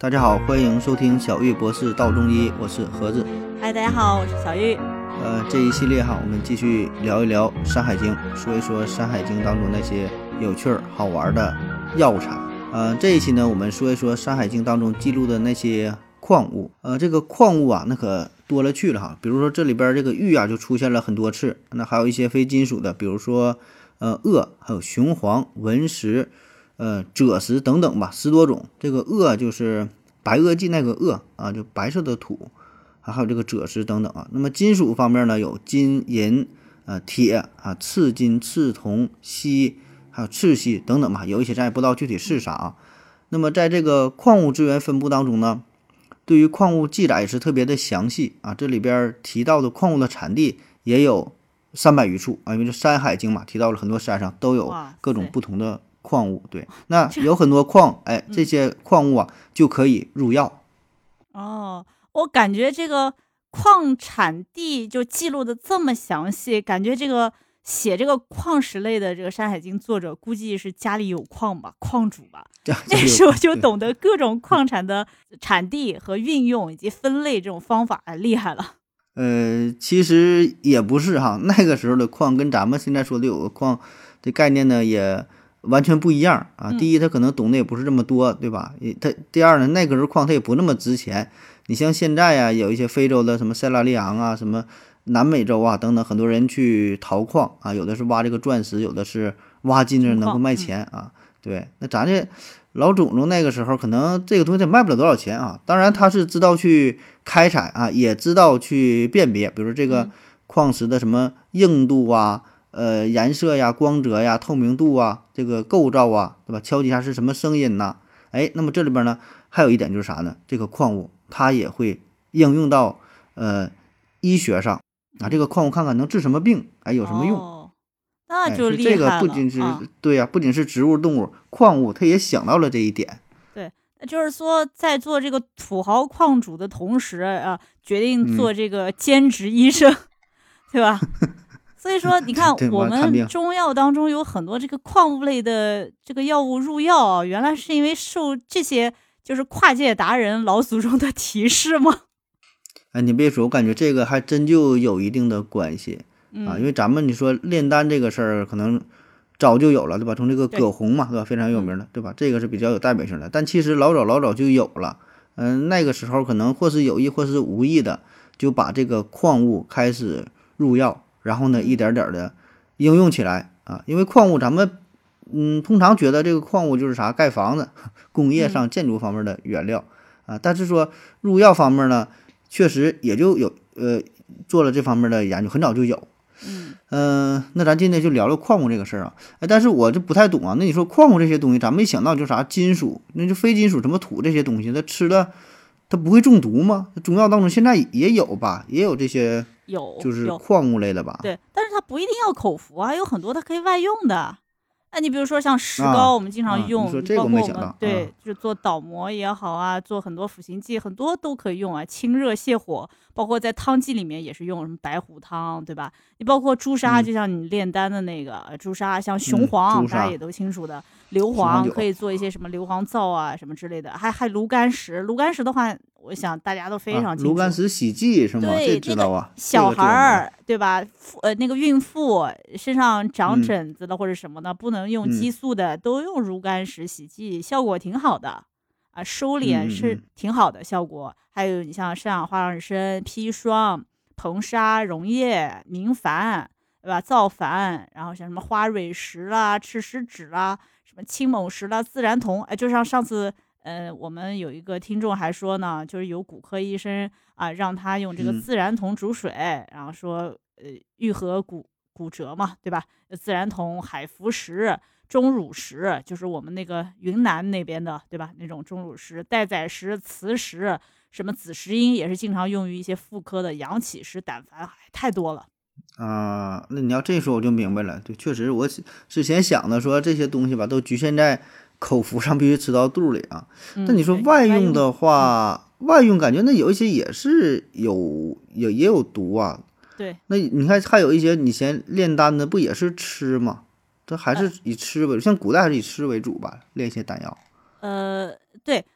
大家好，欢迎收听小玉博士道中医，我是盒子。 嗨，大家好，我是小玉。 这一系列我们继续聊一聊《山海经》，说一说《山海经》当中那些有趣儿好玩的药材。这一期呢，我们说一说《山海经》当中记录的那些矿物。这个矿物那可多了去了哈。比如说这里边这个玉就出现了很多次，那还有一些非金属的，比如说铬，还有雄黄、文石、赭石等等吧，10多种。这个铬就是白垩纪那个铬就白色的土。还有这个赭石等等那么金属方面呢，有金、银、铁赤金、赤铜、锡，还有赤锡等等吧，有一些咱也不知道具体是啥那么在这个矿物资源分布当中呢，对于矿物记载也是特别的详细这里边提到的矿物的产地也有300余处因为这《山海经》嘛，提到了很多山上都有各种不同的矿物。对，那有很多矿，这些矿物就可以入药。 我感觉这个矿产地就记录的这么详细，感觉这个写这个矿石类的这个《山海经》作者估计是家里有矿吧，矿主吧，那时候就懂得各种矿产的产地和运用以及分类这种方法，厉害了。 其实也不是那个时候的矿跟咱们现在说的有个矿的概念呢也完全不一样第一，他可能懂得也不是这么多，对吧？第二呢，那个时候矿它也不那么值钱。你像现在有一些非洲的什么塞拉利昂什么南美洲等等，很多人去淘矿有的是挖这个钻石，有的是挖金子能够卖钱对，那咱这老祖宗那个时候可能这个东西也卖不了多少钱当然他是知道去开采也知道去辨别，比如这个矿石的什么硬度颜色呀、光泽呀、透明度这个构造对吧？敲击下是什么声音那么这里边呢还有一点就是啥呢？这个矿物它也会应用到医学上这个矿物看看能治什么病有什么用那就厉害了。 这个不仅是对不仅是植物动物，矿物它也想到了这一点。 对，就是说在做这个土豪矿主的同时决定做这个兼职医生对吧？所以说你看我们中药当中有很多这个矿物类的这个药物入药原来是因为受这些就是跨界达人老祖宗的提示吗？ 你别说，我感觉这个还真就有一定的关系因为咱们你说炼丹这个事儿可能早就有了，对吧？从这个葛洪嘛，对吧？非常有名的，对吧？这个是比较有代表性的，但其实老早就有了。那个时候可能或是有意或是无意的就把这个矿物开始入药，然后呢一点点的应用起来因为矿物咱们通常觉得这个矿物就是啥盖房子、工业上建筑方面的原料但是说入药方面呢，确实也就有做了这方面的研究，很早就有。那咱今天就聊聊矿物这个事儿但是我就不太懂那你说矿物这些东西，咱们一想到就啥金属，那就非金属什么土这些东西，它吃了它不会中毒吗？中药当中现在也有吧，也有这些就是矿物类的吧。 对，但是它不一定要口服有很多它可以外用的。你比如说像石膏，我们经常用， 你说这个我没想到。 对，就做倒模也好做很多辅行剂，很多都可以用清热泻火，包括在汤剂里面也是用什么白虎汤，对吧？你包括朱砂，就像你炼丹的那个朱砂，像雄黄，大家也都清楚的。硫磺可以做一些什么硫磺皂什么之类的，还炉甘石。炉甘石的话，我想大家都非常清楚。 炉甘石洗剂是吗？ 对， 这知道小孩对吧？那个孕妇身上长疹子了或者什么的，不能用激素的，都用炉甘石洗剂，效果挺好的收敛是挺好的效果。还有你像生养花上参、砒霜、硼砂、溶液、明矾，对吧？造矾，然后像什么花蕊石啦、赤石脂啦、什么青锰石啦、自然酮，就像上次我们有一个听众还说呢，就是有骨科医生让他用这个自然酮煮水，然后说愈合骨折嘛，对吧？自然酮、海浮石、钟乳石，就是我们那个云南那边的，对吧？那种钟乳石、带载石、磁石，什么紫石英也是经常用于一些妇科的阳起石、胆烦，太多了。 那你要这说我就明白了。对，确实我之前想的说这些东西吧，都局限在口服上，必须吃到肚里但你说外用的话，外用感觉那有一些也是也有毒对， 那你看还有一些你嫌炼丹的不也是吃吗？它还是以吃为主，像古代还是以吃为主吧，炼一些丹药。 对，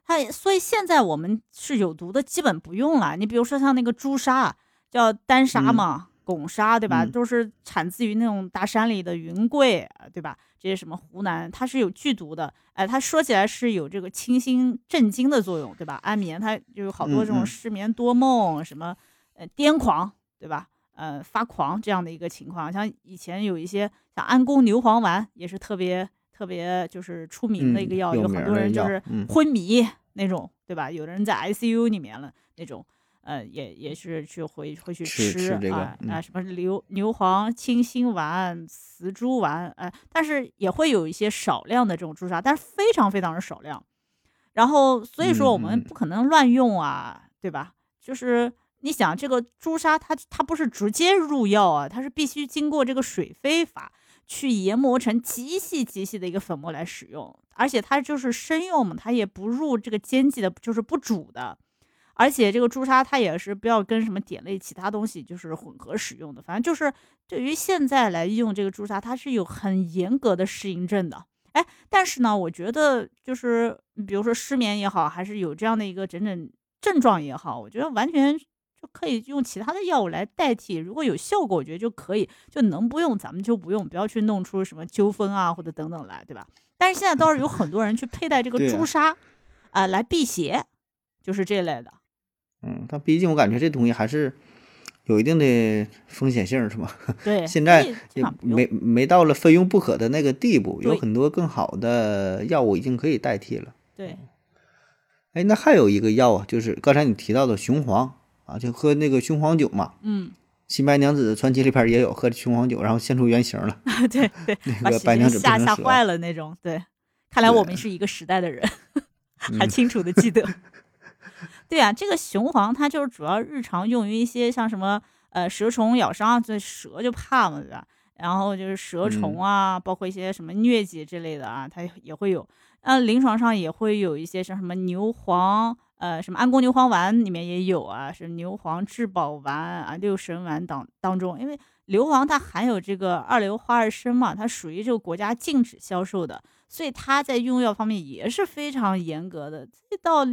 所以现在我们是有毒的，基本不用了。你比如说像那个朱砂，叫丹砂嘛，汞砂，对吧？都是产自于那种大山里的云贵，对吧？这些什么湖南，它是有剧毒的。它说起来是有这个清心镇惊的作用，对吧？安眠，它就有好多这种失眠多梦，什么癫狂，对吧？发狂这样的一个情况。像以前有一些像安宫牛黄丸，也是特别就是出名的一个药，有很多人就是昏迷那种，对吧？有的人在 ICU 里面了那种，也是会去吃这个什么牛黄清心丸、雌猪丸，但是也会有一些少量的这种朱砂，但是非常非常的少量。然后所以说我们不可能乱用啊，对吧？就是你想这个朱砂它不是直接入药啊，它是必须经过这个水飞法去研磨成极细的一个粉末来使用，而且它就是生用嘛，它也不入这个煎剂的，就是不煮的。而且这个朱砂它也是不要跟什么碘类其他东西就是混合使用的，反正就是对于现在来用这个朱砂，它是有很严格的适应症的。但是呢，我觉得就是比如说失眠也好，还是有这样的一个症状也好，我觉得完全就可以用其他的药物来代替，如果有效果，我觉得就可以，就能不用咱们就不用，不要去弄出什么纠纷啊或者等等来，对吧？但是现在倒是有很多人去佩戴这个朱砂来辟邪，就是这类的。 但毕竟我感觉这东西还是有一定的风险性，是吧？ 对， 现在也没到了非用不可的那个地步，有很多更好的药物已经可以代替了。 对。 那还有一个药啊，就是刚才你提到的雄黄啊，就喝那个雄黄酒嘛。新白娘子传奇里边也有喝雄黄酒，然后现出原形了。 对， 那个白娘子吓坏了那种。对，看来我们是一个时代的人，还清楚的记得。对啊，这个雄黄它就是主要日常用于一些像什么蛇虫咬伤，这蛇就怕嘛，对吧？然后就是蛇虫啊，包括一些什么疟疾之类的啊，它也会有。临床上也会有一些像什么牛黄，什么安宫牛黄丸里面也有啊，是牛黄质保丸啊、六神丸当中，因为硫磺它含有这个二硫化二砷嘛，它属于这个国家禁止销售的，所以它在用药方面也是非常严格的，这到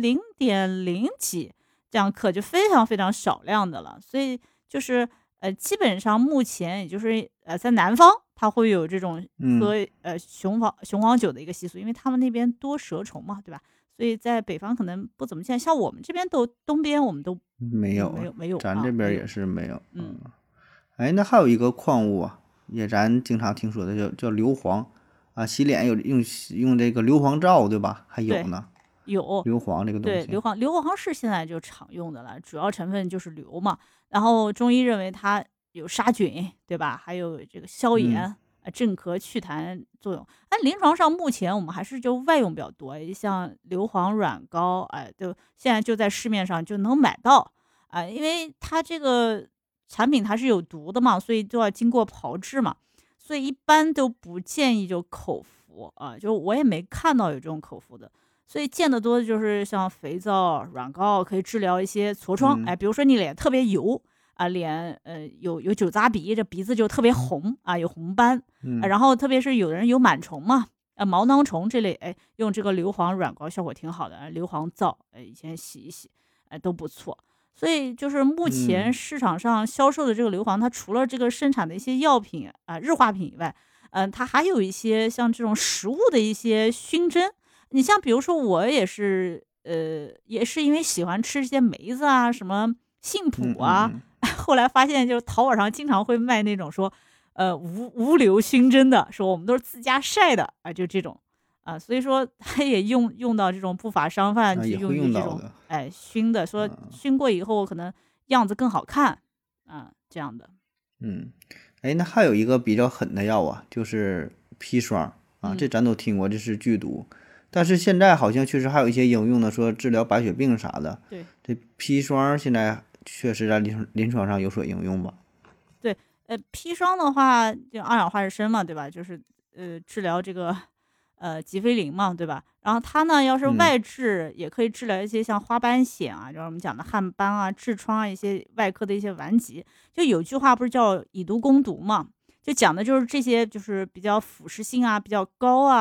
0.0几这样克就非常非常少量的了，所以就是基本上目前也就是在南方它会有这种喝雄黄酒的一个习俗，因为他们那边多蛇虫嘛，对吧？所以在北方可能不怎么见，像我们这边东边我们都没有，咱这边也是没有。那还有一个矿物啊，也咱经常听说的叫硫磺啊，洗脸有用这个硫磺皂，对吧？还有呢， 有硫磺这个东西。 对，硫磺是现在就常用的了，主要成分就是硫嘛。然后中医认为它有杀菌，对吧？还有这个消炎、镇咳祛痰作用。临床上目前我们还是就外用比较多，像硫磺软膏，就现在就在市面上就能买到因为它这个产品它是有毒的嘛，所以都要经过炮制嘛，所以一般都不建议就口服就我也没看到有这种口服的。所以见得多的就是像肥皂、软膏，可以治疗一些痤疮。比如说你脸特别油脸有酒渣鼻，这鼻子就特别红有红斑。然后特别是有人有螨虫嘛，毛囊虫这类，用这个硫磺软膏效果挺好的。硫磺皂，以前洗一洗，都不错。所以就是目前市场上销售的这个硫磺，它除了这个生产的一些药品日化品以外，它还有一些像这种食物的一些熏蒸。你像比如说我也是因为喜欢吃这些梅子啊，什么杏脯后来发现就是淘宝上经常会卖那种说无硫熏蒸的，说我们都是自家晒的就这种所以说它也用到这种不法商贩去用于这种熏的，说熏过以后可能样子更好看这样的。 那还有一个比较狠的药啊，就是砒霜这咱都听过，这是剧毒。但是现在好像确实还有一些应用的，说治疗白血病啥的。 对， 这砒霜现在确实在临床上有所应用吧？ 对，砒霜的话就二氧化二砷嘛，对吧？就是治疗这个吉非林嘛，对吧？然后它呢，要是外治，也可以治疗一些像花斑癣就是我们讲的汗斑痔疮一些外科的一些顽疾。就有句话不是叫以毒攻毒嘛？就讲的就是这些就是比较腐蚀性比较高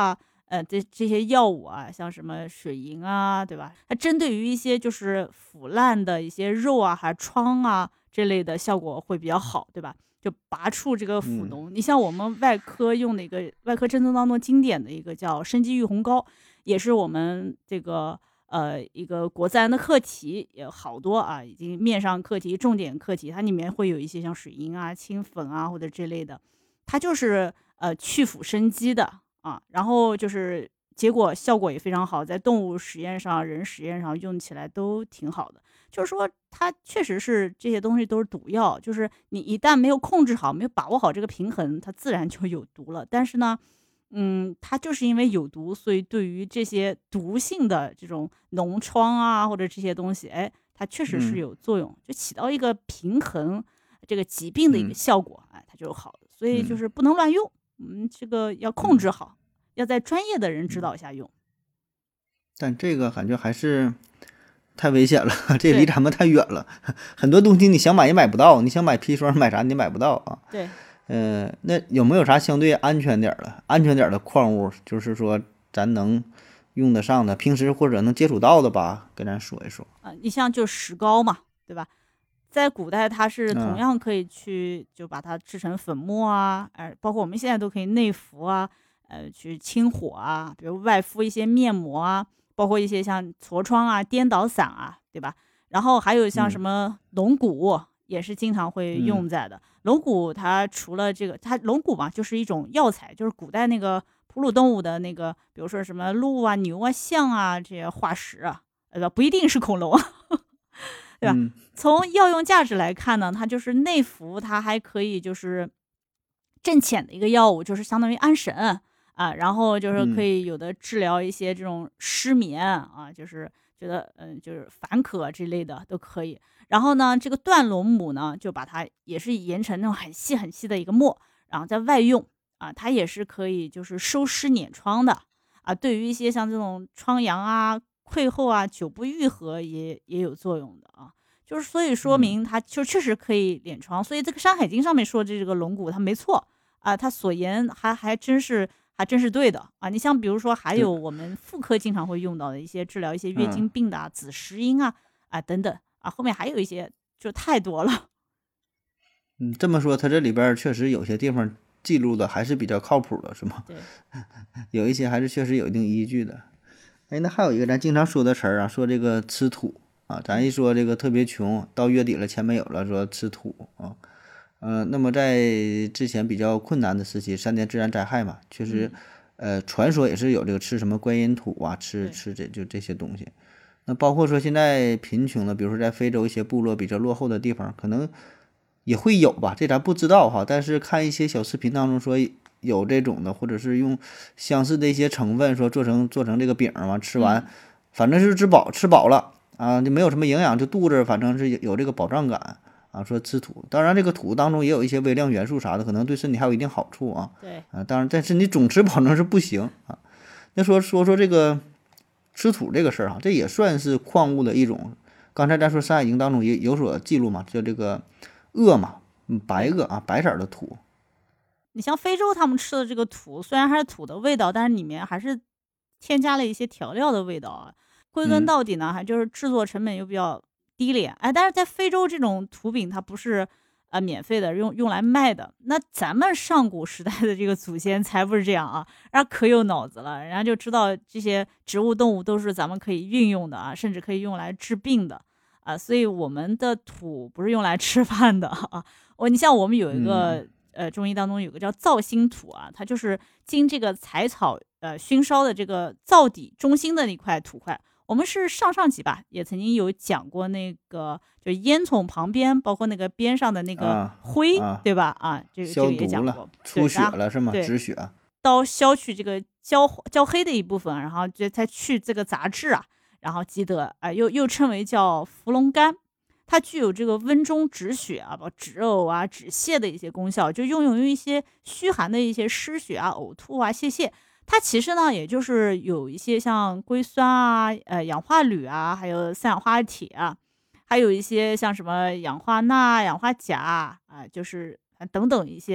这些药物啊，像什么水银啊，对吧？它针对于一些就是腐烂的一些肉啊，还疮啊这类的效果会比较好，对吧？就拔出这个腐脓。你像我们外科用的一个外科针灸当中经典的一个叫生肌玉红膏，也是我们这个一个国自然的课题，也好多啊，已经面上课题、重点课题，它里面会有一些像水银啊、清粉啊或者这类的，它就是去腐生肌的。然后就是结果效果也非常好，在动物实验上、人实验上用起来都挺好的。就是说，它确实是这些东西都是毒药，就是你一旦没有控制好、没有把握好这个平衡，它自然就有毒了。但是呢，它就是因为有毒，所以对于这些毒性的这种脓疮啊或者这些东西，它确实是有作用，就起到一个平衡这个疾病的一个效果，它就好了。所以就是不能乱用。这个要控制好，要在专业的人指导下用。 但这个感觉还是太危险了，这离咱们太远了。很多东西你想买也买不到，你想买砒霜买啥你买不到啊。 对， 那有没有啥相对安全点的矿物，就是说咱能用得上的，平时或者能接触到的吧？跟咱说一说。 你像就石膏嘛，对吧？在古代它是同样可以去就把它制成粉末啊，包括我们现在都可以内服啊，去清火啊，比如外敷一些面膜啊，包括一些像痤疮啊、颠倒散啊，对吧？然后还有像什么龙骨也是经常会用在的。龙骨它除了这个，它龙骨嘛就是一种药材，就是古代那个哺乳动物的那个，比如说什么鹿啊、牛啊、象啊这些化石啊，不一定是恐龙啊。对吧？从药用价值来看呢，它就是内服，它还可以就是镇潜的一个药物，就是相当于安神啊，然后就是可以有的治疗一些这种失眠啊，就是觉得就是烦渴之类的都可以。然后呢，这个断龙母呢，就把它也是研成那种很细很细的一个末，然后在外用啊，它也是可以就是收湿捻疮的啊，对于一些像这种疮疡啊、溃后啊、久不愈合也有作用的啊。就是所以说明它就确实可以敛疮，所以这个《山海经》上面说这个龙骨它没错啊，它所言还真是对的啊。你像比如说还有我们妇科经常会用到的一些治疗一些月经病的子时阴啊等等啊，后面还有一些就太多了。 这么说它这里边确实有些地方记录的还是比较靠谱的，是吗？ 对， 有一些还是确实有一定依据的。那还有一个咱经常说的词儿啊，说这个吃土啊，咱一说这个特别穷，到月底了钱没有了，说吃土啊。那么在之前比较困难的时期，3年自然灾害嘛，确实，传说也是有这个吃什么观音土啊，吃这些东西。那包括说现在贫穷的，比如说在非洲一些部落比较落后的地方，可能也会有吧，这咱不知道哈。但是看一些小视频当中说有这种的，或者是用相似的一些成分说做成这个饼嘛，吃完反正是吃饱了啊，就没有什么营养，就肚子反正是有这个饱胀感啊。说吃土，当然这个土当中也有一些微量元素啥的，可能对身体还有一定好处啊。 对当然，但是你总吃保证是不行啊。那说这个吃土这个事儿哈，这也算是矿物的一种。刚才咱说《山海经》当中也有所记录嘛，叫这个锻嘛，白锻啊，白色的土。 你像非洲他们吃的这个土，虽然还是土的味道，但是里面还是添加了一些调料的味道啊。归根到底呢，还就是制作成本又比较低廉。但是在非洲这种土饼它不是免费的，用来卖的。那咱们上古时代的这个祖先才不是这样啊，人家可有脑子了，人家就知道这些植物动物都是咱们可以运用的啊，甚至可以用来治病的啊。所以我们的土不是用来吃饭的啊。你像我们有一个。中医当中有个叫造心土啊，它就是经这个采草熏烧的这个灶底中心的那块土块。我们是上集吧，也曾经有讲过那个，就烟囱旁边，包括那个边上的那个灰，对吧？这个也讲过， 出血了是吗？止血， 刀削去这个焦黑的一部分，然后再去这个杂质啊，然后积得又称为叫伏龙干。它具有这个温中止血啊、止呕啊、止泻的一些功效，就用于一些虚寒的一些失血啊、呕吐啊、泄泻。它其实呢，也就是有一些像硅酸啊、氧化铝啊，还有三氧化铁啊，还有一些像什么氧化钠、氧化钾啊，就是等等一些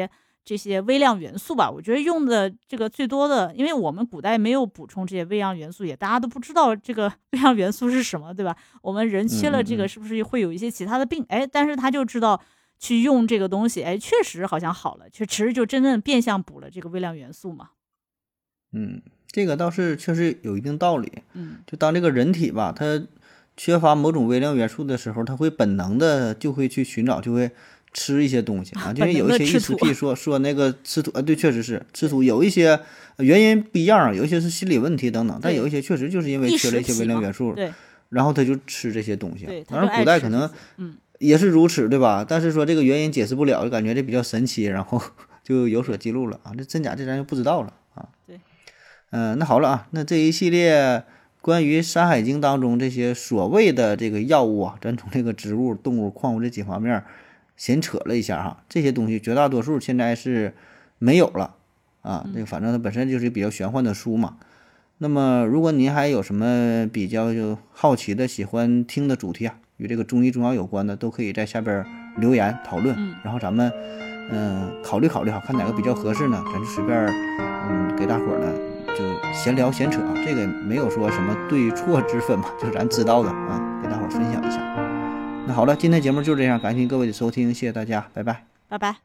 这些微量元素吧。我觉得用的这个最多的，因为我们古代没有补充这些微量元素，也大家都不知道这个微量元素是什么，对吧？我们人缺了这个是不是会有一些其他的病？但是他就知道去用这个东西，确实好像好了，确实就真正变相补了这个微量元素嘛。 这个倒是确实有一定道理。就当这个人体吧，它缺乏某种微量元素的时候，它会本能的就会去寻找，就会吃一些东西啊。就有一些异食癖说那个吃土对，确实是吃土，有一些原因不一样，有一些是心理问题等等，但有一些确实就是因为缺了一些微量元素， 对， 然后他就吃这些东西。当然， 古代可能也是如此，对吧？但是说这个原因解释不了，就感觉这比较神奇，然后就有所记录了啊。这真假这咱就不知道了啊。 对， 那好了啊，那这一系列关于《山海经》当中这些所谓的这个药物啊，咱从这个植物、动物、矿物这几方面闲扯了一下哈。这些东西绝大多数现在是没有了啊。这个反正它本身就是比较玄幻的书嘛。那么如果您还有什么比较就好奇的、喜欢听的主题啊，与这个中医中药有关的，都可以在下边留言讨论。然后咱们考虑考虑哈，看哪个比较合适呢？咱就随便给大伙儿呢就闲聊闲扯，这个没有说什么对错之分嘛，就是咱知道的啊，给大伙儿分享一下。那好了，今天节目就这样，感谢各位的收听，谢谢大家，拜拜， 拜拜。